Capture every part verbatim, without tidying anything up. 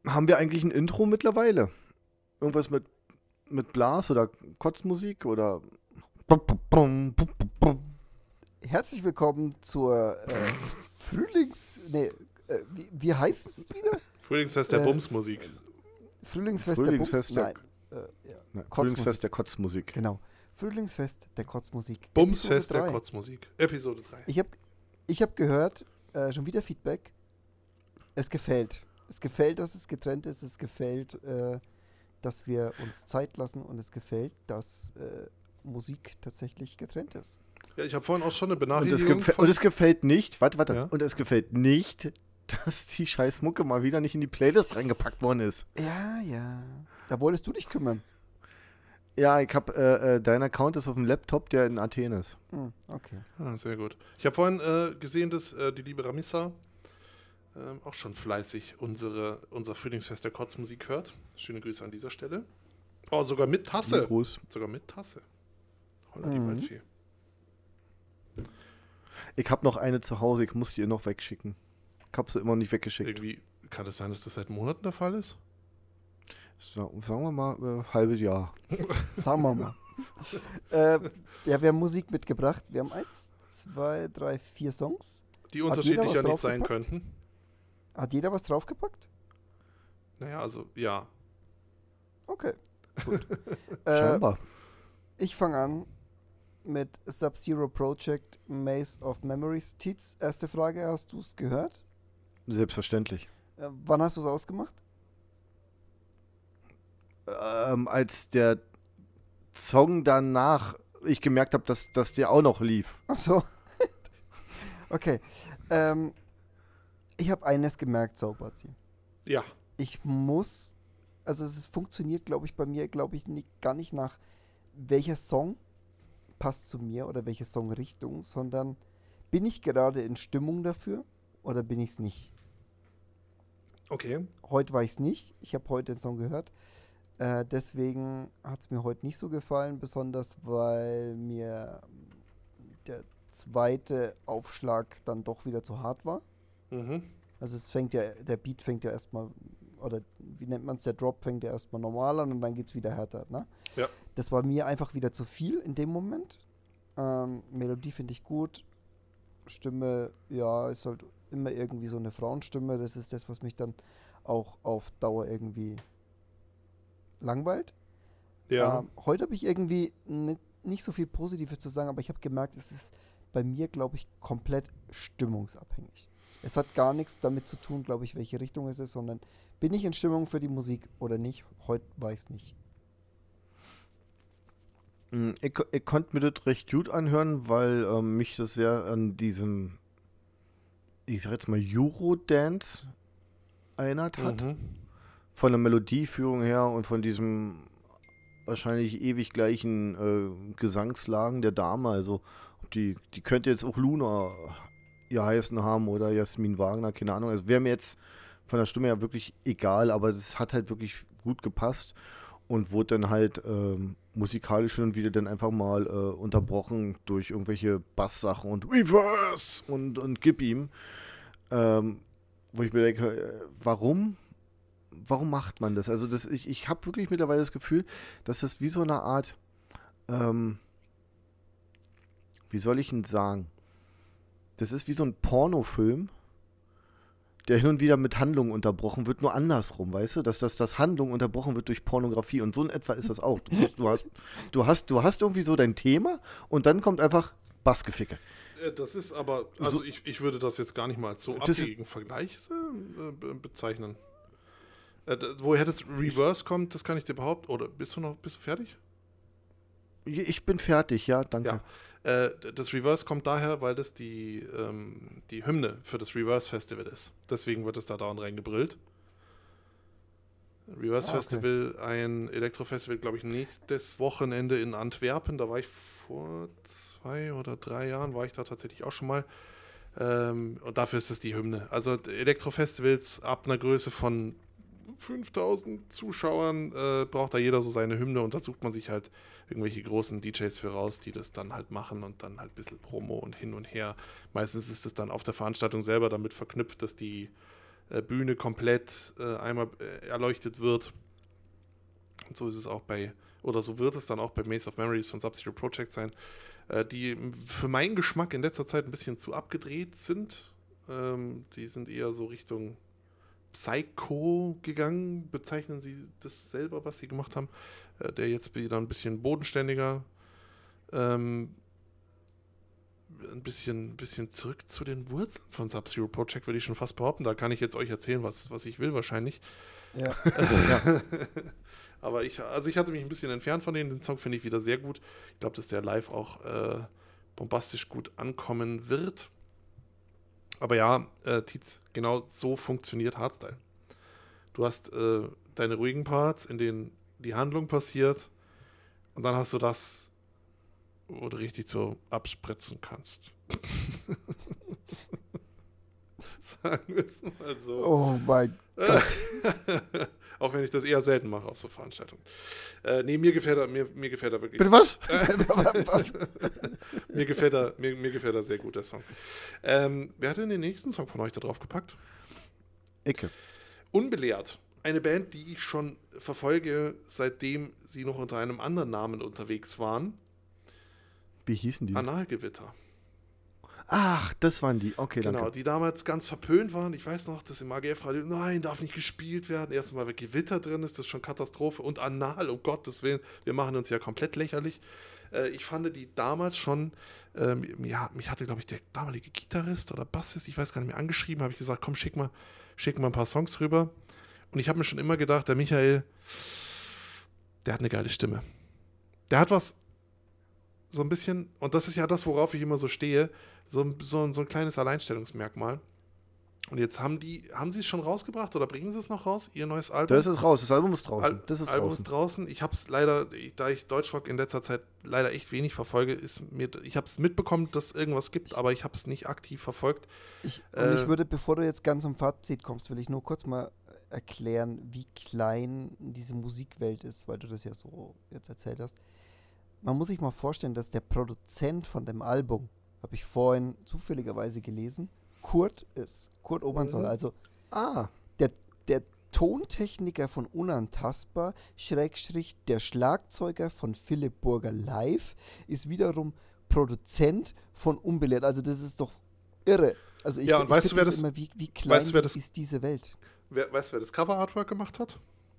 haben wir eigentlich ein Intro mittlerweile? Irgendwas mit, mit Blas oder Kotzmusik oder... Herzlich willkommen zur äh, Frühlings... Nee, äh, wie, wie heißt es wieder? Frühlingsfest der Äh, Bumsmusik. Frühlingsfest, Frühlingsfest der der- Bums... Nein, äh, ja. Na, Kotzmusik. Frühlingsfest der Kotzmusik. Genau. Frühlingsfest der Kotzmusik. Bumsfest Episode der drei. Kotzmusik. Episode drei. Ich habe ich hab gehört, äh, schon wieder Feedback. Es gefällt. Es gefällt, dass es getrennt ist. Es gefällt, äh, dass wir uns Zeit lassen. Und es gefällt, dass äh, Musik tatsächlich getrennt ist. Ja, ich habe vorhin auch schon eine Und es, Benachrichtigung gefä- von... und es gefällt nicht, warte, warte, Ja? und es gefällt nicht, dass die scheiß Mucke mal wieder nicht in die Playlist reingepackt worden ist. Ja, ja. Da wolltest du dich kümmern. Ja, ich hab, äh, äh, dein Account ist auf dem Laptop, der in Athen ist. Hm, okay. Ah, sehr gut. Ich habe vorhin äh, gesehen, dass äh, die liebe Ramissa ähm, auch schon fleißig unsere, unser Frühlingsfest der Kotzmusik hört. Schöne Grüße an dieser Stelle. Oh, sogar mit Tasse. Gruß. Sogar mit Tasse. Holla die Mhm. Waldfee. Ich hab noch eine zu Hause, ich muss die ihr noch wegschicken. Ich hab sie immer noch nicht weggeschickt. Irgendwie kann es sein, dass das seit Monaten der Fall ist? So, sagen wir mal, äh, halbes Jahr. Sagen wir mal. äh, ja, wir haben Musik mitgebracht. Wir haben eins, zwei, drei, vier Songs. Die jeder unterschiedlicher was nicht sein draufgepackt? könnten. Hat jeder was draufgepackt? Naja, also ja. Okay, gut. äh, Scheinbar. ich fange an mit Sub-Zero Project Maze of Memories. Tietz, erste Frage, hast du es gehört? Selbstverständlich. Äh, wann hast du es ausgemacht? Ähm, als der Song danach ich gemerkt habe, dass, dass der auch noch lief. Ach so. Okay. Ähm, ich habe eines gemerkt, Saubazi. Ja. Ich muss, also es ist, funktioniert, glaube ich, bei mir, glaube ich, nicht, gar nicht nach welcher Song passt zu mir oder welche Songrichtung, sondern bin ich gerade in Stimmung dafür oder bin ich es nicht? Okay. Heute war ich es nicht. Ich habe heute den Song gehört. Äh, deswegen hat es mir heute nicht so gefallen, besonders weil mir der zweite Aufschlag dann doch wieder zu hart war. Mhm. Also es fängt ja, der Beat fängt ja erstmal, oder wie nennt man es, der Drop fängt ja erstmal normal an und dann geht es wieder härter, ne? Ja. Das war mir einfach wieder zu viel in dem Moment. Ähm, Melodie finde ich gut. Stimme, ja, ist halt immer irgendwie so eine Frauenstimme. Das ist das, was mich dann auch auf Dauer irgendwie langweilt. Ja. Ähm, heute habe ich irgendwie nicht, nicht so viel Positives zu sagen, aber ich habe gemerkt, es ist bei mir, glaube ich, komplett stimmungsabhängig. Es hat gar nichts damit zu tun, glaube ich, welche Richtung es ist, sondern bin ich in Stimmung für die Musik oder nicht? Heute weiß ich nicht. Mm, Ich, ich konnte mir das recht gut anhören, weil ähm, mich das sehr an diesem, ich sag jetzt mal, Eurodance erinnert hat. Mhm. Von der Melodieführung her und von diesem wahrscheinlich ewig gleichen äh, Gesangslagen der Dame. Also ob die, die könnte jetzt auch Luna ihr heißen haben oder Jasmin Wagner, keine Ahnung. Also wäre mir jetzt von der Stimme her wirklich egal, aber das hat halt wirklich gut gepasst und wurde dann halt ähm, musikalisch hin und wieder dann einfach mal äh, unterbrochen durch irgendwelche Basssachen und Reverse und, und Gib ihm. Ähm, wo ich mir denke, äh, warum? Warum macht man das? Also das, ich, ich habe wirklich mittlerweile das Gefühl, dass das wie so eine Art, ähm, wie soll ich denn sagen? Das ist wie so ein Pornofilm, der hin und wieder mit Handlung unterbrochen wird, nur andersrum, weißt du? Dass das, das Handlung unterbrochen wird durch Pornografie und so in etwa ist das auch. Du, du, hast, du, hast, du hast irgendwie so dein Thema und dann kommt einfach Bassgeficke. Äh, Das ist aber, also So- ich, ich würde das jetzt gar nicht mal als so Das ist- abwegigen Vergleich äh, be- bezeichnen. Äh, d- woher das Reverse kommt, das kann ich dir behaupten. Oder bist du noch, bist du fertig? Ich bin fertig, ja, danke. Ja. Äh, d- das Reverse kommt daher, weil das die, ähm, die Hymne für das Reverse Festival ist. Deswegen wird es da dauernd reingebrüllt. Reverse Ah, okay. Festival, ein Elektrofestival, glaube ich, nächstes Wochenende in Antwerpen. Da war ich vor zwei oder drei Jahren, war ich da tatsächlich auch schon mal. Ähm, und dafür ist es die Hymne. Also d- Elektrofestivals ab einer Größe von fünftausend Zuschauern äh, braucht da jeder so seine Hymne und da sucht man sich halt irgendwelche großen D Js für raus, die das dann halt machen und dann halt ein bisschen Promo und hin und her. Meistens ist es dann auf der Veranstaltung selber damit verknüpft, dass die äh, Bühne komplett äh, einmal äh, erleuchtet wird. Und so ist es auch bei, oder so wird es dann auch bei Maze of Memories von Sub-Zero Project sein, äh, die für meinen Geschmack in letzter Zeit ein bisschen zu abgedreht sind. Ähm, die sind eher so Richtung Psycho gegangen, bezeichnen sie das selber, was sie gemacht haben. Äh, der jetzt wieder ein bisschen bodenständiger, ähm, ein bisschen, bisschen zurück zu den Wurzeln von Sub-Zero Project, würde ich schon fast behaupten. Da kann ich jetzt euch erzählen, was, was ich will wahrscheinlich. Ja. Ja. Aber ich, also ich hatte mich ein bisschen entfernt von denen. Den Song finde ich wieder sehr gut. Ich glaube, dass der live auch äh, bombastisch gut ankommen wird. Aber ja, äh, Tietz, genau so funktioniert Hardstyle. Du hast äh, deine ruhigen Parts, in denen die Handlung passiert, und dann hast du das, wo du richtig so abspritzen kannst. Sagen wir es mal so. Oh mein Gott. Auch wenn ich das eher selten mache auf so Veranstaltungen. Äh, nee, mir gefällt er, mir, mir gefällt er wirklich. Bitte was? mir, gefällt er, mir, mir gefällt er sehr gut, der Song. Ähm, wer hat denn den nächsten Song von euch da drauf gepackt? Icke. Unbelehrt. Eine Band, die ich schon verfolge, seitdem sie noch unter einem anderen Namen unterwegs waren. Wie hießen die? Analgewitter. Ach, das waren die. Okay, Genau, danke. die damals ganz verpönt waren. Ich weiß noch, dass im A G F-Radio, nein, darf nicht gespielt werden. Erstmal, weil Gewitter drin ist, das ist schon Katastrophe. Und Anal, um Gottes Willen, wir machen uns ja komplett lächerlich. Äh, ich fand die damals schon, ähm, ja, mich hatte, glaube ich, der damalige Gitarrist oder Bassist, ich weiß gar nicht mehr, angeschrieben, habe ich gesagt, komm, schick mal, schick mal ein paar Songs rüber. Und ich habe mir schon immer gedacht, der Michael, der hat eine geile Stimme. Der hat was, so ein bisschen, und das ist ja das, worauf ich immer so stehe, so, so, so ein kleines Alleinstellungsmerkmal. Und jetzt haben die, haben sie es schon rausgebracht oder bringen sie es noch raus, ihr neues Album? Das ist raus, das Album ist draußen. Al- das ist Album draußen. ist draußen. Ich habe es leider, ich, da ich Deutschrock in letzter Zeit leider echt wenig verfolge, ist mir, ich habe es mitbekommen, dass es irgendwas gibt, aber ich habe es nicht aktiv verfolgt. Ich, und Äh, ich würde, bevor du jetzt ganz am Fazit kommst, will ich nur kurz mal erklären, wie klein diese Musikwelt ist, weil du das ja so jetzt erzählt hast. Man muss sich mal vorstellen, dass der Produzent von dem Album, habe ich vorhin zufälligerweise gelesen, Kurt ist. Kurt Obernsoll. Mhm. Also Ah, der, der Tontechniker von Unantastbar, Schrägstrich der Schlagzeuger von Philipp Burger Live, ist wiederum Produzent von Unbelehrt. Also das ist doch irre. Also ich, Ja, und ich weißt find du, wer das das- immer, wie, wie klein weißt du, wer das- ist diese Welt. wer, weißt du, wer das Cover-Artwork gemacht hat?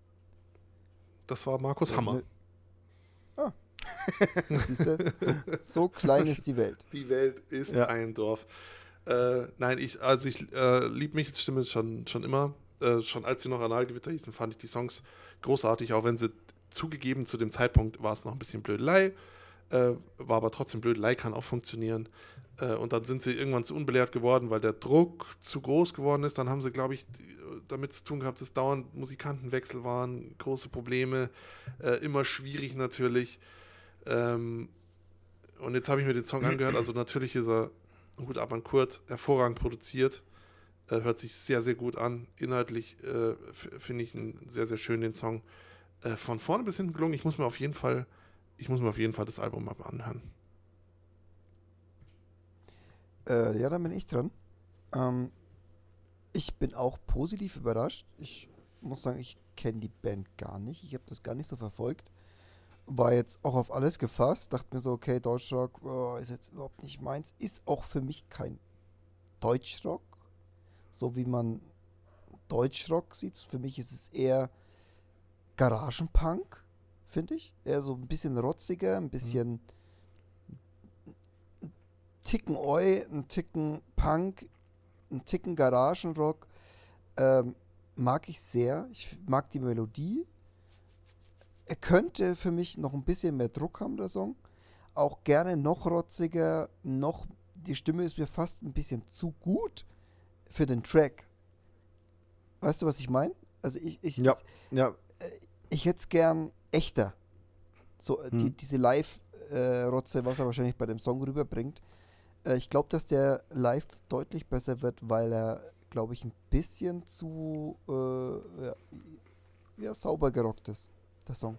Das war Markus Hammer. Nö. Ah. Siehst du, so, so klein ist die Welt. Die Welt ist Ja. ein Dorf. Äh, nein, ich, also ich äh, liebe Michels Stimme schon, schon immer. Äh, schon als sie noch Analgewitter hießen, fand ich die Songs großartig, auch wenn sie zugegeben zu dem Zeitpunkt war es noch ein bisschen Blödelei. Äh, war aber trotzdem Blödelei, kann auch funktionieren. Äh, und dann sind sie irgendwann zu unbelehrt geworden, weil der Druck zu groß geworden ist. Dann haben sie, glaube ich, damit zu tun gehabt, dass dauernd Musikantenwechsel waren, große Probleme, äh, immer schwierig natürlich. Ähm, und jetzt habe ich mir den Song angehört, also natürlich ist er, Hut ab an Kurt, hervorragend produziert, äh, hört sich sehr, sehr gut an. Inhaltlich äh, f- finde ich ihn sehr, sehr schön, den Song. Äh, von vorne bis hinten gelungen. Ich muss mir auf jeden Fall, ich muss mir auf jeden Fall das Album mal anhören. Äh, ja, dann bin ich dran. Ähm, ich bin auch positiv überrascht. Ich muss sagen, ich kenne die Band gar nicht. Ich habe das gar nicht so verfolgt. War jetzt auch auf alles gefasst. Dachte mir so, okay, Deutschrock oh, ist jetzt überhaupt nicht meins. Ist auch für mich kein Deutschrock. So wie man Deutschrock sieht. Für mich ist es eher Garagenpunk, finde ich. Eher so ein bisschen rotziger, ein bisschen ein Ticken Oi, ein Ticken Punk, ein Ticken Garagenrock. Ähm, mag ich sehr. Ich mag die Melodie. Er könnte für mich noch ein bisschen mehr Druck haben, der Song. Auch gerne noch rotziger, noch. Die Stimme ist mir fast ein bisschen zu gut für den Track. Weißt du, was ich meine? Also ich, ich, ja, ja. ich hätte es gern echter. So, äh, die, Hm. diese Live-Rotze, was er wahrscheinlich bei dem Song rüberbringt. Äh, ich glaube, dass der live deutlich besser wird, weil er, glaube ich, ein bisschen zu äh, ja, ja, sauber gerockt ist, der Song.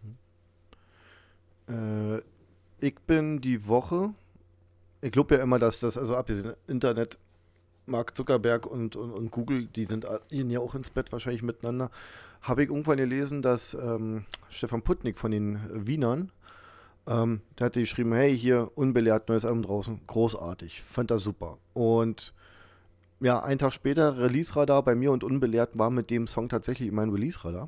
Äh, ich bin die Woche, ich glaube ja immer, dass das, also abgesehen, Internet Mark Zuckerberg und, und, und Google, die sind gehen ja auch ins Bett wahrscheinlich miteinander, habe ich irgendwann gelesen, dass ähm, Stefan Putnik von den Wienern, ähm, der hatte geschrieben, hey, hier, unbelehrt, neues Album draußen, großartig, fand das super. Und ja, einen Tag später, Release-Radar bei mir und unbelehrt war mit dem Song tatsächlich mein Release-Radar.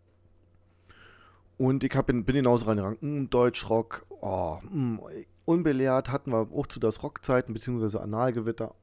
Und ich hab, bin genauso reingegangen, mm, Deutschrock, oh, mm, unbelehrt hatten wir auch zu das Rockzeiten, beziehungsweise Analgewitter.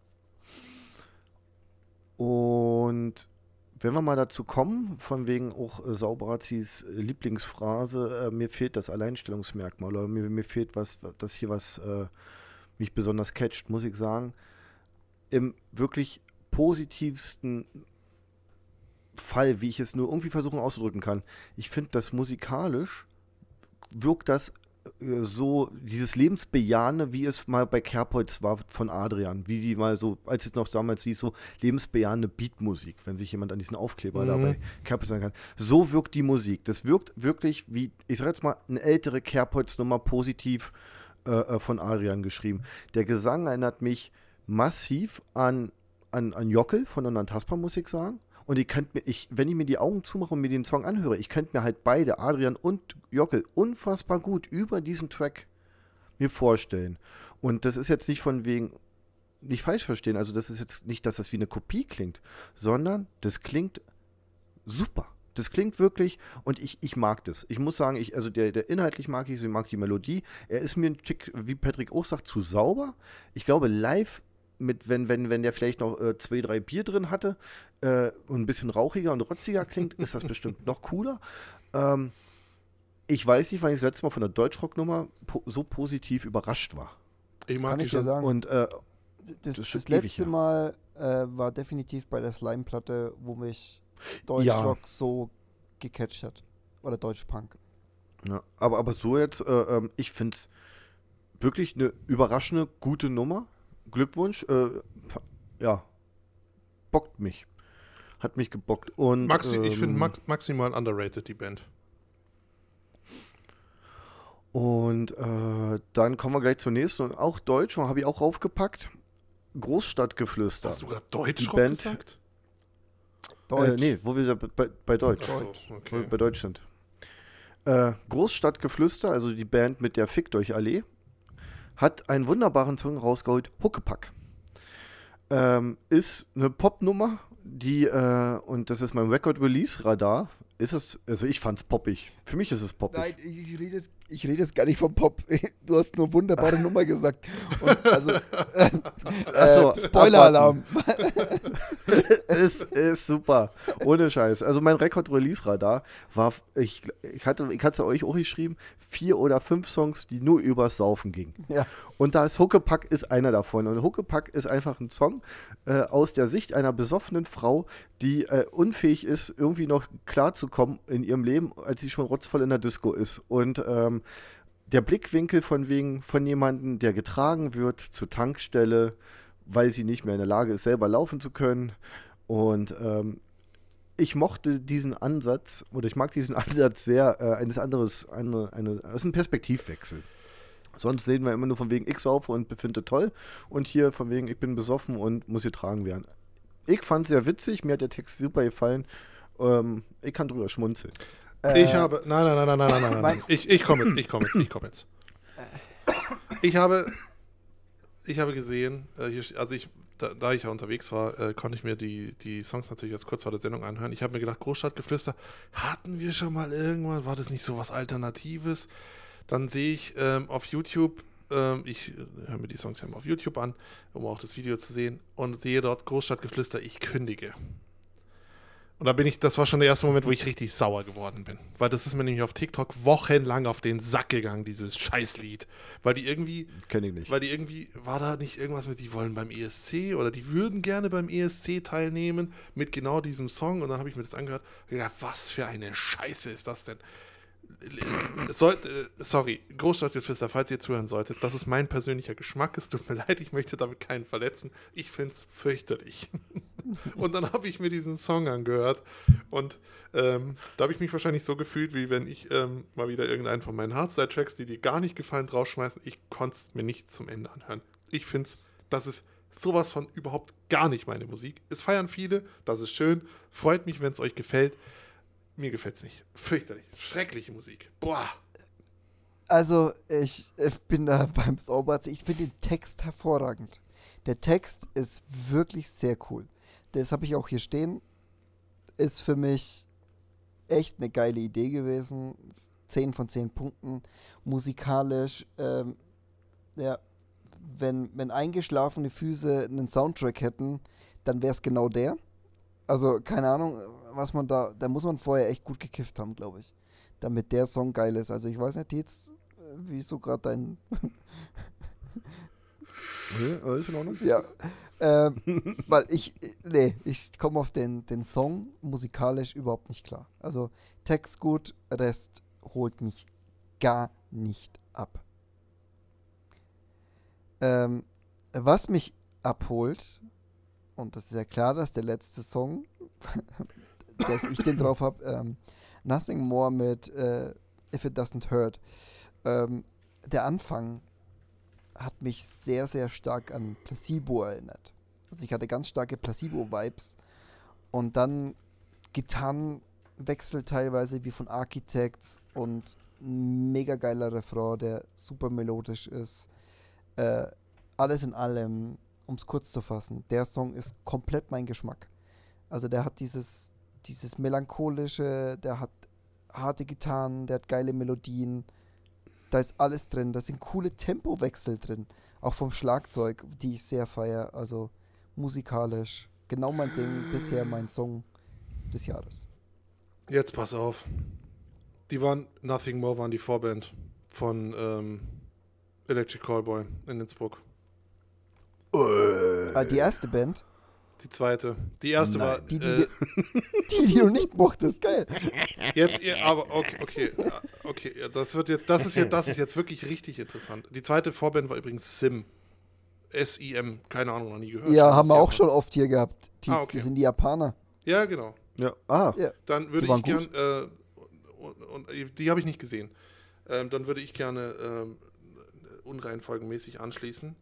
Und wenn wir mal dazu kommen, von wegen auch äh, Sauberazis äh, Lieblingsphrase, äh, mir fehlt das Alleinstellungsmerkmal oder mir, mir fehlt was, das hier was äh, mich besonders catcht, muss ich sagen. Im wirklich positivsten Fall, wie ich es nur irgendwie versuchen auszudrücken kann. Ich finde, das musikalisch wirkt das äh, so, dieses Lebensbejahende, wie es mal bei Kerbholz war von Adrian, wie die mal so, als es noch damals hieß, so lebensbejahende Beatmusik, wenn sich jemand an diesen Aufkleber Mhm. da bei Kerbholz sein kann. So wirkt die Musik. Das wirkt wirklich wie, ich sag jetzt mal, eine ältere Kerbholz-Nummer positiv äh, äh, von Adrian geschrieben. Der Gesang erinnert mich massiv an, an, an Jockel von Unantastbar, muss ich sagen. Und ich könnte mir, ich, wenn ich mir die Augen zumache und mir den Song anhöre, ich könnte mir halt beide, Adrian und Jockel, unfassbar gut über diesen Track mir vorstellen. Und das ist jetzt nicht von wegen, nicht falsch verstehen, also das ist jetzt nicht, dass das wie eine Kopie klingt, sondern das klingt super. Das klingt wirklich, und ich, ich mag das. Ich muss sagen, ich, also der, der inhaltlich mag ich, ich mag die Melodie. Er ist mir ein Tick, wie Patrick auch sagt, zu sauber. Ich glaube, live mit, wenn, wenn, wenn der vielleicht noch äh, zwei, drei Bier drin hatte äh, und ein bisschen rauchiger und rotziger klingt, ist das bestimmt noch cooler. Ähm, ich weiß nicht, wann ich das letzte Mal von der Deutschrock-Nummer po- so positiv überrascht war. Ich mag Kann die ich dir schon. sagen. Und äh, Das, das das, ist schon letzte ewig her. Mal äh, war definitiv bei der Slime-Platte, wo mich Deutschrock so gecatcht hat. Oder Deutschpunk. ja, aber, aber so jetzt, äh, ähm, ich finde es wirklich eine überraschende, gute Nummer. Glückwunsch. Äh, fa- ja, bockt mich. Hat mich gebockt. Und, Maxi, ich finde ähm, max, maximal underrated, die Band. Und äh, dann kommen wir gleich zur nächsten. Und auch Deutsch, habe ich auch raufgepackt. Großstadtgeflüster. Hast du gerade Deutschrock Band- gesagt? Deutsch. Äh, nee, wo wir da bei, bei Deutsch. Ach Deutsch. so, Wo okay. wir bei Deutsch sind. Äh, Großstadtgeflüster, also die Band mit der Fickt euch Allee, hat einen wunderbaren Song rausgeholt, Huckepack. Ähm, ist eine Popnummer, die, äh, und das ist mein Record-Release-Radar, ist es, also ich fand's poppig. Für mich ist es poppig. Nein, ich, ich rede jetzt, ich rede jetzt gar nicht vom Pop. Du hast nur wunderbare Nummer gesagt. Und also, äh, Ach so, äh, Spoiler-Alarm. ist, ist super. Ohne Scheiß. Also mein Record-Release-Radar war, ich, ich hatte, ich hatte euch auch geschrieben, vier oder fünf Songs, die nur übers Saufen gingen. Ja. Und da ist Huckepack ist einer davon. Und Huckepack ist einfach ein Song äh, aus der Sicht einer besoffenen Frau, die äh, unfähig ist, irgendwie noch klarzukommen in ihrem Leben, als sie schon rotzvoll in der Disco ist. Und ähm, der Blickwinkel von wegen von jemandem, der getragen wird zur Tankstelle, weil sie nicht mehr in der Lage ist, selber laufen zu können. Und ähm, ich mochte diesen Ansatz, oder ich mag diesen Ansatz sehr, äh, eines anderes, eine, eine, das ist ein Perspektivwechsel. Sonst sehen wir immer nur von wegen, ich saufe und befinde toll. Und hier von wegen, ich bin besoffen und muss getragen werden. Ich fand es sehr witzig, mir hat der Text super gefallen. Ähm, ich kann drüber schmunzeln. Ich Äh, habe. Nein, nein, nein, nein, nein, nein, nein, nein. mein- Ich, ich komme jetzt, ich komme jetzt, ich komme jetzt. Ich habe. Ich habe gesehen, äh, hier, also ich, da, da ich ja unterwegs war, äh, konnte ich mir die, die Songs natürlich jetzt kurz vor der Sendung anhören. Ich habe mir gedacht, Großstadtgeflüster, hatten wir schon mal irgendwann, war das nicht so was Alternatives? Dann sehe ich ähm, auf YouTube, ähm, ich äh, höre mir die Songs ja immer auf YouTube an, um auch das Video zu sehen, und sehe dort Großstadtgeflüster, ich kündige. Und da bin ich, das war schon der erste Moment, wo ich richtig sauer geworden bin. Weil das ist mir nämlich auf TikTok wochenlang auf den Sack gegangen, dieses Scheißlied. Weil die irgendwie, Kenn ich nicht. weil die irgendwie, war da nicht irgendwas mit, die wollen beim E S C oder die würden gerne beim E S C teilnehmen mit genau diesem Song. Und dann habe ich mir das angehört und gedacht, was für eine Scheiße ist das denn? Soll, äh, sorry, Großstadtgeflüster, falls ihr zuhören solltet, das ist mein persönlicher Geschmack. Es tut mir leid, ich möchte damit keinen verletzen. Ich finde es fürchterlich. Und dann habe ich mir diesen Song angehört und ähm, da habe ich mich wahrscheinlich so gefühlt, wie wenn ich ähm, mal wieder irgendeinen von meinen Hardstyle-Tracks, die dir gar nicht gefallen, draufschmeißen. Ich konnte es mir nicht zum Ende anhören. Ich finde es, das ist sowas von überhaupt gar nicht meine Musik. Es feiern viele, das ist schön. Freut mich, wenn es euch gefällt. Mir gefällt es nicht. Fürchterlich. Schreckliche Musik. Boah. Also, ich, ich bin da beim Sauberts. Ich finde den Text hervorragend. Der Text ist wirklich sehr cool. Das habe ich auch hier stehen. Ist für mich echt eine geile Idee gewesen. zehn von zehn Punkten. Musikalisch, ähm, ja, wenn, wenn eingeschlafene Füße einen Soundtrack hätten, dann wäre es genau der. Also, keine Ahnung, was man da, da muss man vorher echt gut gekifft haben, glaube ich. Damit der Song geil ist. Also, ich weiß nicht jetzt, wie so gerade dein... Okay, alles in Ordnung? Ja, ähm, weil ich, nee, ich komme auf den, den Song musikalisch überhaupt nicht klar. Also Text gut, Rest holt mich gar nicht ab. Ähm, was mich abholt, und das ist ja klar, dass der letzte Song, dass ich den drauf habe, ähm, Nothing More mit äh, If It Doesn't Hurt. Ähm, der Anfang hat mich sehr, sehr stark an Placebo erinnert. Also ich hatte ganz starke Placebo-Vibes. Und dann Gitarrenwechsel teilweise wie von Architects und ein mega geiler Refrain, der super melodisch ist. Äh, alles in allem, um es kurz zu fassen, der Song ist komplett mein Geschmack. Also der hat dieses, dieses melancholische, der hat harte Gitarren, der hat geile Melodien. Da ist alles drin. Da sind coole Tempowechsel drin. Auch vom Schlagzeug, die ich sehr feiere. Also musikalisch. Genau mein Ding. Bisher mein Song des Jahres. Jetzt pass auf. Die waren, Nothing More waren die Vorband von ähm, Electric Callboy in Innsbruck. Ah, die erste Band? Die zweite. Die erste Nein, war... Die, die, äh, die, die du nicht mochtest. Geil. Jetzt, ihr- aber okay, okay, okay, ja, das wird jetzt, das ist jetzt, das ist jetzt wirklich richtig interessant. Die zweite Vorband war übrigens Sim. S I M, keine Ahnung, noch nie gehört. Ja, Schon haben wir aus auch Japan. schon oft hier gehabt. Tietz, Ah, okay. Die sind die Japaner. Ja, genau. Ja, ah, Ja. Dann würde Die ich waren gern, äh, und, und, die habe ich nicht gesehen. Ähm, dann würde ich gerne ähm, unreihenfolgenmäßig anschließen.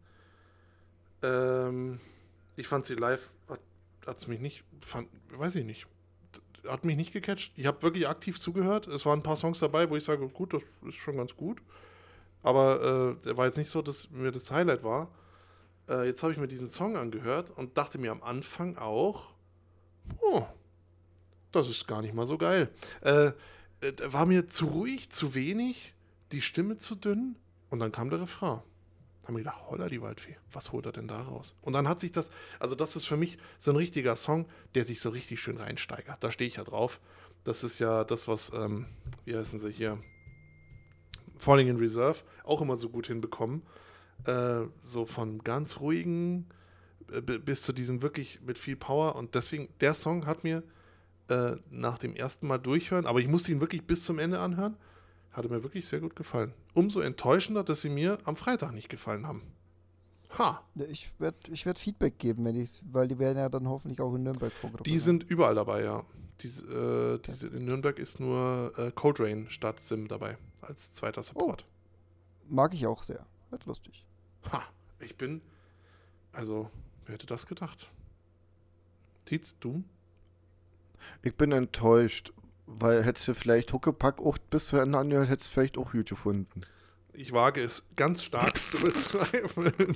Ähm, ich fand sie live, hat es mich nicht, fand, weiß ich nicht, hat mich nicht gecatcht. Ich habe wirklich aktiv zugehört. Es waren ein paar Songs dabei, wo ich sage, gut, das ist schon ganz gut. Aber äh, der war jetzt nicht so, dass mir das Highlight war. Äh, jetzt habe ich mir diesen Song angehört und dachte mir am Anfang auch, oh, das ist gar nicht mal so geil. Äh, äh, war mir zu ruhig, zu wenig, die Stimme zu dünn und dann kam der Refrain. Haben wir gedacht, holla die Waldfee, was holt er denn da raus? Und dann hat sich das, also das ist für mich so ein richtiger Song, der sich so richtig schön reinsteigert. Da stehe ich ja drauf. Das ist ja das, was, ähm, wie heißen sie hier, Falling in Reserve auch immer so gut hinbekommen. Äh, so von ganz ruhigen äh, bis zu diesem wirklich mit viel Power. Und deswegen, der Song hat mir äh, nach dem ersten Mal durchhören, aber ich musste ihn wirklich bis zum Ende anhören, hatte mir wirklich sehr gut gefallen. Umso enttäuschender, dass sie mir am Freitag nicht gefallen haben. Ha! Ja, Ich werde ich werd Feedback geben, wenn ich's, weil die werden ja dann hoffentlich auch in Nürnberg vorgebracht. Die sind überall dabei, ja. Diese, äh, diese, in Nürnberg ist nur äh, Coldrain statt Sim dabei, als zweiter Support. Mag ich auch sehr. Wird lustig. Ha! Ich bin, also, wer hätte das gedacht? Tietz, du? ich bin enttäuscht, weil hättest du vielleicht Huckepack auch bis zu Ende angehört, hättest du vielleicht auch gut gefunden. Ich wage es ganz stark zu bezweifeln.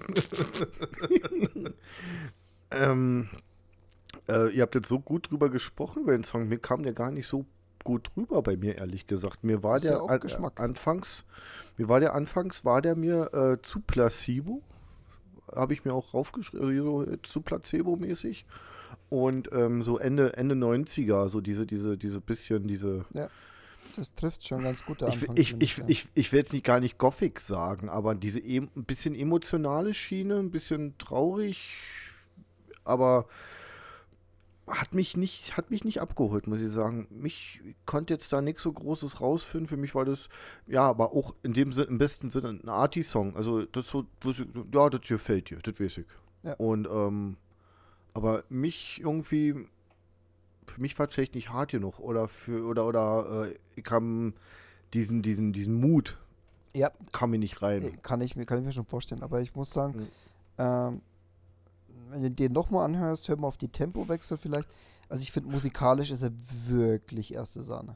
ähm, äh, ihr habt jetzt so gut drüber gesprochen über den Song. Mir kam der gar nicht so gut drüber bei mir, ehrlich gesagt. Mir war Ist ja der auch an, Geschmack. anfangs, mir war der anfangs, war der mir äh, zu Placebo. Habe ich mir auch raufgeschrieben, also so, zu Placebo-mäßig. Und ähm, so Ende, Ende neunziger, so diese, diese, diese bisschen, diese. Das trifft schon ganz gut der Ich, Anfang. ich, ich, ich, ich will jetzt nicht gar nicht Gothic sagen, aber diese em- ein bisschen emotionale Schiene, ein bisschen traurig, aber hat mich nicht, hat mich nicht abgeholt, muss ich sagen. Mich konnte jetzt da nichts so Großes rausfinden. Für mich war das, ja, aber auch in dem Sinne, im besten Sinne ein Arty-Song. Also das so, das, ja, das gefällt dir, das weiß ich. Ja. Und, ähm, aber mich irgendwie, für mich war es vielleicht nicht hart genug oder für, oder, oder, äh, ich kam diesen, diesen, diesen Mut Ja, kam mir nicht rein. kann ich, mir, kann ich mir schon vorstellen. Aber ich muss sagen, Mhm. ähm, wenn du den nochmal anhörst, hör mal auf die Tempowechsel vielleicht. Also ich finde, musikalisch ist er wirklich erste Sahne.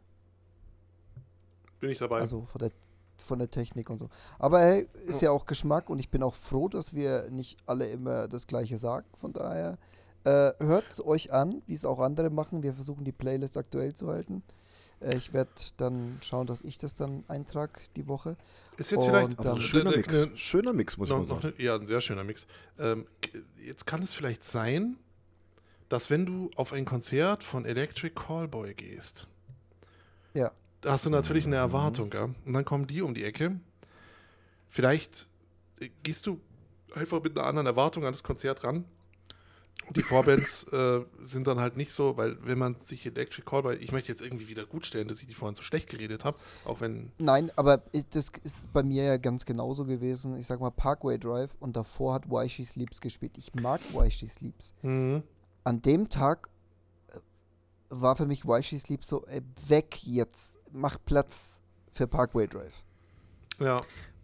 Bin ich dabei. Also von der, von der Technik und so. Aber hey, ist ja auch Geschmack und ich bin auch froh, dass wir nicht alle immer das Gleiche sagen. Von daher äh, hört es euch an, wie es auch andere machen. Wir versuchen die Playlist aktuell zu halten. Äh, ich werde dann schauen, dass ich das dann eintrage die Woche. Ist jetzt Und vielleicht Aber dann- ein schöner ne- Mix. ne- Schöner Mix, muss noch, man noch sagen. ne, ja, ein sehr schöner Mix. Ähm, k- jetzt kann es vielleicht sein, dass wenn du auf ein Konzert von Electric Callboy gehst, Ja. da hast du natürlich eine Mhm. Erwartung, ja? Und dann kommen die um die Ecke. Vielleicht äh, gehst du einfach mit einer anderen Erwartung an das Konzert ran. Und die Vorbands äh, sind dann halt nicht so, weil wenn man sich Electric Callboy, ich möchte jetzt irgendwie wieder gut stellen, dass ich die vorhin so schlecht geredet habe, auch wenn, Nein, aber ich- das ist bei mir ja ganz genauso gewesen. Ich sag mal Parkway Drive und davor hat Why She Sleeps gespielt. Ich mag Why She Sleeps. mhm. An dem Tag äh, war für mich Why She Sleeps so, ey, weg jetzt, mach Platz für Parkway Drive. ja,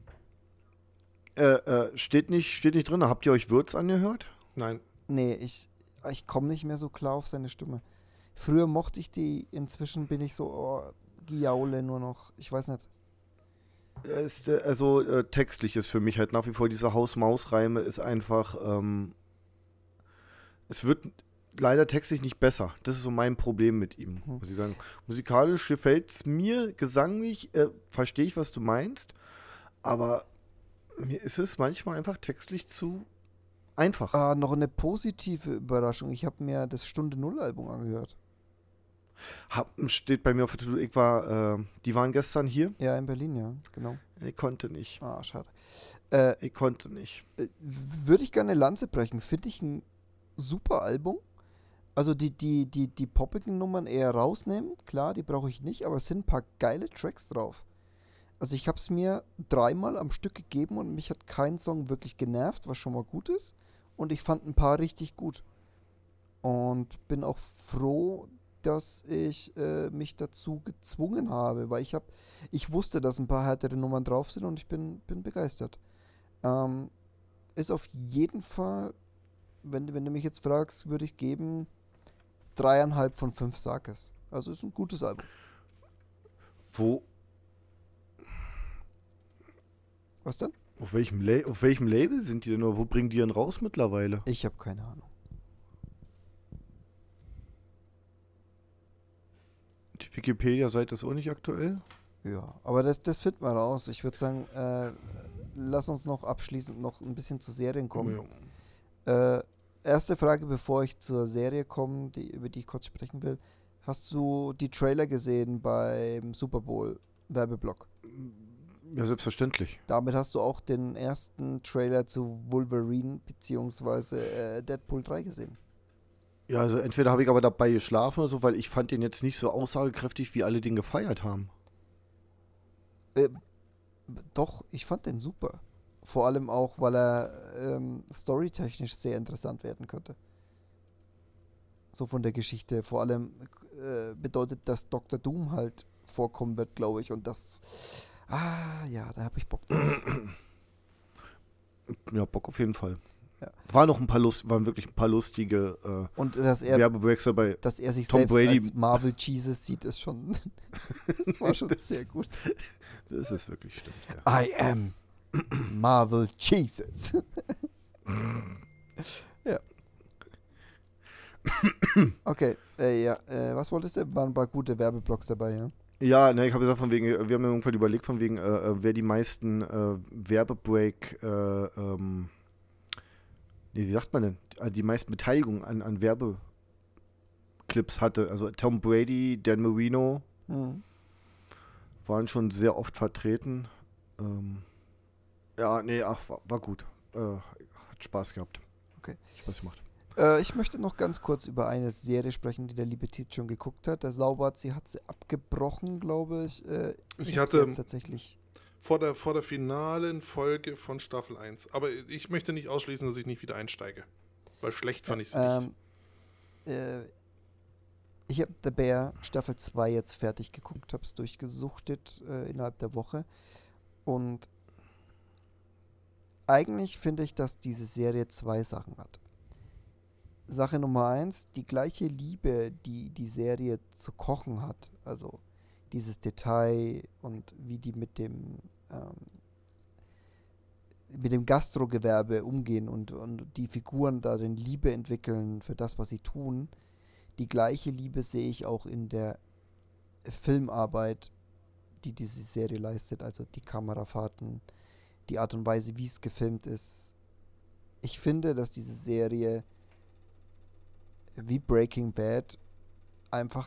Äh, äh, steht nicht, steht nicht drin. Habt ihr euch Würz angehört? nein. Nee, ich, ich komme nicht mehr so klar auf seine Stimme. Früher mochte ich die, inzwischen bin ich so, oh, Giaule nur noch, ich weiß nicht. Er Ist, äh, also äh, textlich ist für mich halt nach wie vor diese Haus-Maus-Reime ist einfach, ähm, es wird leider textlich nicht besser. Das ist so mein Problem mit ihm, Mhm. muss ich sagen. Musikalisch gefällt es mir, gesanglich äh, verstehe ich, was du meinst, aber mir ist es manchmal einfach textlich zu einfach. Ah, noch eine positive Überraschung. Ich habe mir das Stunde Null Album angehört. Hab, steht bei mir auf der To-Do. Ich war, äh, die waren gestern hier. Ja, in Berlin, ja, genau. Ich konnte nicht. Ah, schade. Äh, Ich konnte nicht. äh, Würde ich gerne Lanze brechen. Finde ich ein super Album. Also die, die, die, die poppigen Nummern eher rausnehmen. Klar, die brauche ich nicht, aber es sind ein paar geile Tracks drauf. Also ich habe es mir dreimal am Stück gegeben und mich hat kein Song wirklich genervt, was schon mal gut ist. Und ich fand ein paar richtig gut. Und bin auch froh, dass ich äh, mich dazu gezwungen habe, weil ich habe, ich wusste, dass ein paar härtere Nummern drauf sind und ich bin, bin begeistert. Ähm, ist auf jeden Fall, wenn, wenn du mich jetzt fragst, würde ich geben dreieinhalb von fünf Sakes. Also ist ein gutes Album. Wo, Was denn? auf welchem, La auf welchem Label sind die denn? Oder wo bringen die denn raus mittlerweile? Ich habe keine Ahnung. Die Wikipedia-Seite ist auch nicht aktuell. Ja, aber das, das finden wir raus. Ich würde sagen, äh, lass uns noch abschließend noch ein bisschen zu Serien kommen. Ja. Äh, erste Frage, bevor ich zur Serie komme, die, über die ich kurz sprechen will. Hast du die Trailer gesehen beim Super Bowl Werbeblock? Ja, selbstverständlich. Damit hast du auch den ersten Trailer zu Wolverine bzw. Äh, Deadpool drei gesehen. Ja, also entweder habe ich aber dabei geschlafen oder so, weil ich fand den jetzt nicht so aussagekräftig, wie alle den gefeiert haben. Äh, doch, ich fand den super. Vor allem auch, weil er ähm, storytechnisch sehr interessant werden könnte. So von der Geschichte. Vor allem äh, bedeutet, dass Doktor Doom halt vorkommen wird, glaube ich. Und das. Ah, ja, da habe ich Bock drauf. Ja, Bock auf jeden Fall. Ja. War noch ein paar Lust, waren wirklich ein paar lustige äh, Und dass er, Werbebreaks dabei. dass er sich Tom selbst Brady- als Marvel Jesus sieht, ist schon. Das war schon sehr gut. Das ist wirklich stimmt. Ja. I am Marvel Jesus. Ja. Okay, äh, ja, äh, was wolltest du? Waren ein paar gute Werbeblocks dabei, ja? Ja, ne, ich habe gesagt, von wegen, wir haben ja irgendwann überlegt, von wegen, äh, äh, wer die meisten äh, Werbebreak, äh, ähm, nee, wie sagt man denn, Äh, die meisten Beteiligungen an, an Werbeclips hatte. Also Tom Brady, Dan Marino Mhm. waren schon sehr oft vertreten. Ähm, ja, nee, ach, war, war gut. Äh, hat Spaß gehabt. Okay. Spaß gemacht. Äh, ich möchte noch ganz kurz über eine Serie sprechen, die der liebe Tiet schon geguckt hat. Der Saubert, sie hat sie abgebrochen, glaube ich. Äh, ich Ich hab sie hatte- jetzt tatsächlich. Vor der, vor der finalen Folge von Staffel eins. Aber ich möchte nicht ausschließen, dass ich nicht wieder einsteige. Weil schlecht fand ich es nicht. Ähm, äh, ich habe The Bear Staffel zwei jetzt fertig geguckt, habe es durchgesuchtet äh, innerhalb der Woche. Und eigentlich finde ich, dass diese Serie zwei Sachen hat. Sache Nummer eins, die gleiche Liebe, die die Serie zu kochen hat, also dieses Detail und wie die mit dem ähm, mit dem Gastrogewerbe umgehen und, und die Figuren darin Liebe entwickeln für das, was sie tun, die gleiche Liebe sehe ich auch in der Filmarbeit, die diese Serie leistet, also die Kamerafahrten, die Art und Weise, wie es gefilmt ist. Ich finde, dass diese Serie wie Breaking Bad einfach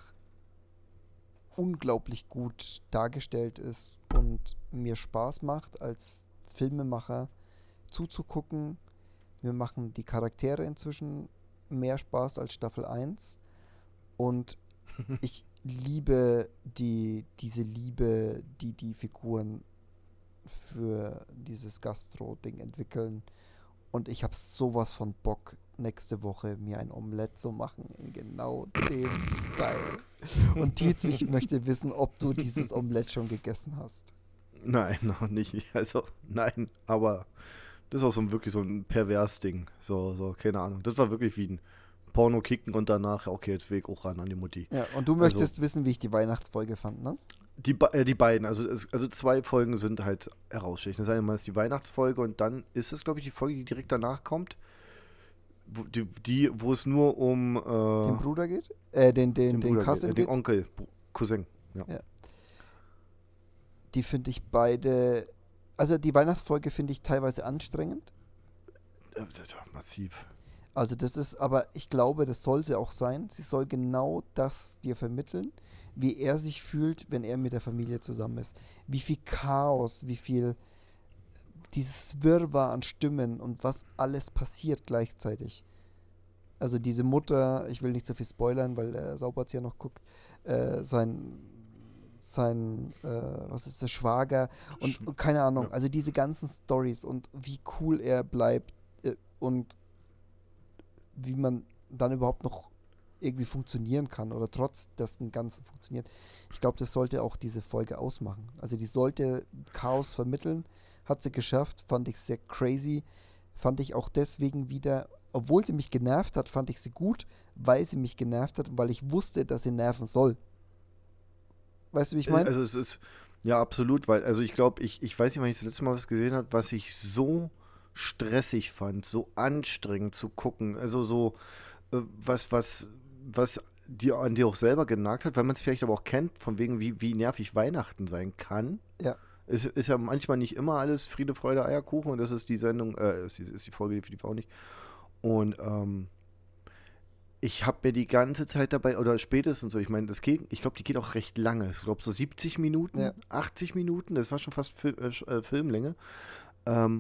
unglaublich gut dargestellt ist und mir Spaß macht, als Filmemacher zuzugucken. Mir machen die Charaktere inzwischen mehr Spaß als Staffel eins und ich liebe die, diese Liebe, die die Figuren für dieses Gastro-Ding entwickeln. Und ich habe sowas von Bock, nächste Woche mir ein Omelett zu machen in genau dem Style. Und Tietz, ich möchte wissen, ob du dieses Omelett schon gegessen hast. Nein, noch nicht. Also, nein, aber das ist auch so ein, wirklich so ein pervers Ding. So, so, keine Ahnung. Das war wirklich wie ein Porno kicken und danach, okay, jetzt will ich auch ran an die Mutti. Ja, und du möchtest also, wissen, wie ich die Weihnachtsfolge fand, ne? Die, äh, die beiden, also, es, also zwei Folgen sind halt herausstechend. Das eine Mal ist die Weihnachtsfolge und dann ist es, glaube ich, die Folge, die direkt danach kommt. Wo, die, die, wo es nur um äh, den Bruder geht? Äh, den, den, den, den Cousin geht, äh, den Onkel, Br- Cousin, ja. ja. Die finde ich beide, also die Weihnachtsfolge finde ich teilweise anstrengend. Äh, massiv. Also das ist, aber ich glaube, das soll sie auch sein. Sie soll genau das dir vermitteln, wie er sich fühlt, wenn er mit der Familie zusammen ist. Wie viel Chaos, wie viel dieses Wirrwarr an Stimmen und was alles passiert gleichzeitig. Also diese Mutter, ich will nicht so viel spoilern, weil der Sauberts ja noch guckt, äh, sein, sein, äh, was ist der Schwager und, Sch- und keine Ahnung, ja. Also diese ganzen Storys und wie cool er bleibt äh, und wie man dann überhaupt noch irgendwie funktionieren kann oder trotz dessen Ganzen funktioniert. Ich glaube, das sollte auch diese Folge ausmachen. Also die sollte Chaos vermitteln, hat sie geschafft, fand ich sehr crazy, fand ich auch deswegen wieder, obwohl sie mich genervt hat, fand ich sie gut, weil sie mich genervt hat und weil ich wusste, dass sie nerven soll. Weißt du, wie ich meine? Also es ist, ja absolut, weil, also ich glaube, ich, ich weiß nicht, wann ich das letzte Mal was gesehen habe, was ich so stressig fand, so anstrengend zu gucken, also so äh, was, was, was dir an dir auch selber genagt hat, weil man es vielleicht aber auch kennt, von wegen, wie, wie nervig Weihnachten sein kann. Ja. Es ist ja manchmal nicht immer alles Friede, Freude, Eierkuchen und das ist die Sendung, äh, ist die, ist die Folge definitiv auch nicht. Und ähm, ich habe mir die ganze Zeit dabei, oder spätestens so, ich meine, das geht, ich glaube, die geht auch recht lange. Ich glaube so siebzig Minuten, ja. achtzig Minuten, das war schon fast Fil- äh, Filmlänge. Ähm,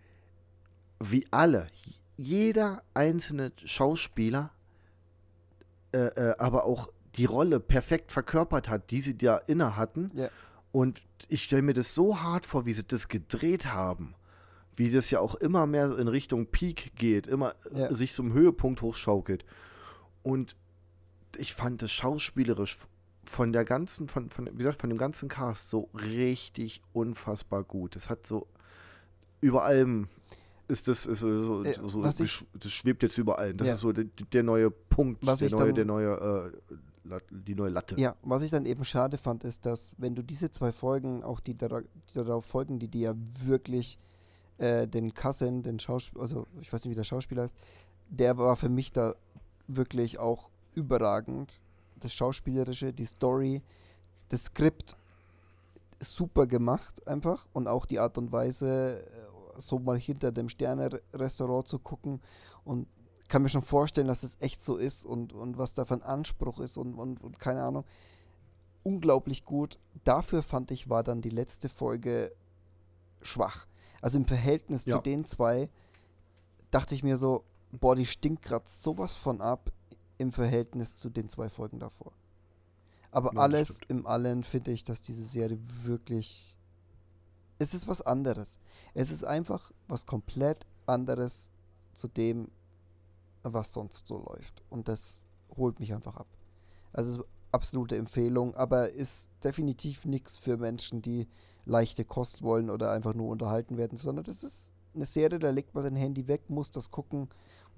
wie alle, jeder einzelne Schauspieler, äh, äh, aber auch die Rolle perfekt verkörpert hat, die sie da inne hatten. Ja. Und ich stelle mir das so hart vor, wie sie das gedreht haben. Wie das ja auch immer mehr in Richtung Peak geht, immer Ja. sich zum Höhepunkt hochschaukelt. Und ich fand das schauspielerisch von der ganzen, von, von, wie gesagt, von dem ganzen Cast so richtig unfassbar gut. Es hat so über allem ist das ist so, so, Äh, so was das, ich- das schwebt jetzt über allem. Das Ja. ist so der, der neue Punkt, Was der ich neue, dann- der neue, äh, Lat- die neue Latte. Ja, was ich dann eben schade fand, ist, dass wenn du diese zwei Folgen, auch die, dara- die darauf folgen, die dir ja wirklich äh, den Cousin, den Schauspieler, also ich weiß nicht, wie der Schauspieler ist, der war für mich da wirklich auch überragend. Das Schauspielerische, die Story, das Skript super gemacht einfach und auch die Art und Weise, äh, so mal hinter dem Sterne-Restaurant zu gucken und kann mir schon vorstellen, dass es echt so ist und, und was da für ein Anspruch ist und, und, und keine Ahnung. Unglaublich gut. Dafür fand ich, war dann die letzte Folge schwach. Also im Verhältnis Ja. zu den zwei dachte ich mir so, boah, die stinkt gerade sowas von ab im Verhältnis zu den zwei Folgen davor. Aber Ja, das alles stimmt. im Allen finde ich, dass diese Serie wirklich, es ist was anderes. Es ist einfach was komplett anderes zu dem, was sonst so läuft. Und das holt mich einfach ab. Also es ist absolute Empfehlung, aber ist definitiv nichts für Menschen, die leichte Kost wollen oder einfach nur unterhalten werden, sondern das ist eine Serie, da legt man sein Handy weg, muss das gucken,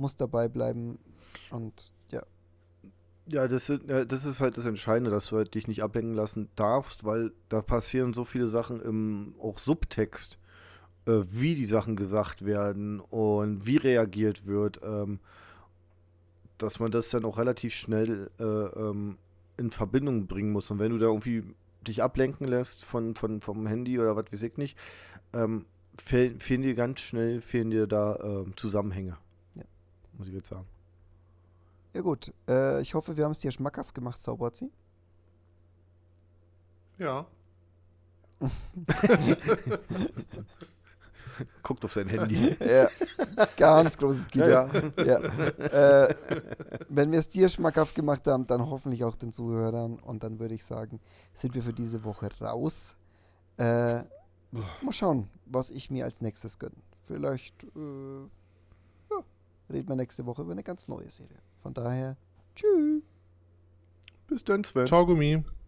muss dabei bleiben und ja. Ja, das, sind, ja, das ist halt das Entscheidende, dass du halt dich nicht ablenken lassen darfst, weil da passieren so viele Sachen im auch Subtext, äh, wie die Sachen gesagt werden und wie reagiert wird, ähm, dass man das dann auch relativ schnell äh, ähm, in Verbindung bringen muss. Und wenn du da irgendwie dich ablenken lässt von, von, vom Handy oder was weiß ich nicht, ähm, fehl, fehlen dir ganz schnell, fehlen dir da ähm, Zusammenhänge. Ja. Muss ich jetzt sagen. Ja gut, äh, ich hoffe, wir haben es dir schmackhaft gemacht, Sauberzi. Ja. Guckt auf sein Handy. Ja, ganz großes Kino. Ja, ja. Ja. Äh, wenn wir es dir schmackhaft gemacht haben, dann hoffentlich auch den Zuhörern. Und dann würde ich sagen, sind wir für diese Woche raus. Äh, mal schauen, was ich mir als nächstes gönne. Vielleicht äh, ja, reden wir nächste Woche über eine ganz neue Serie. Von daher, tschüss. Bis dann, Sven. Ciao, Gummi.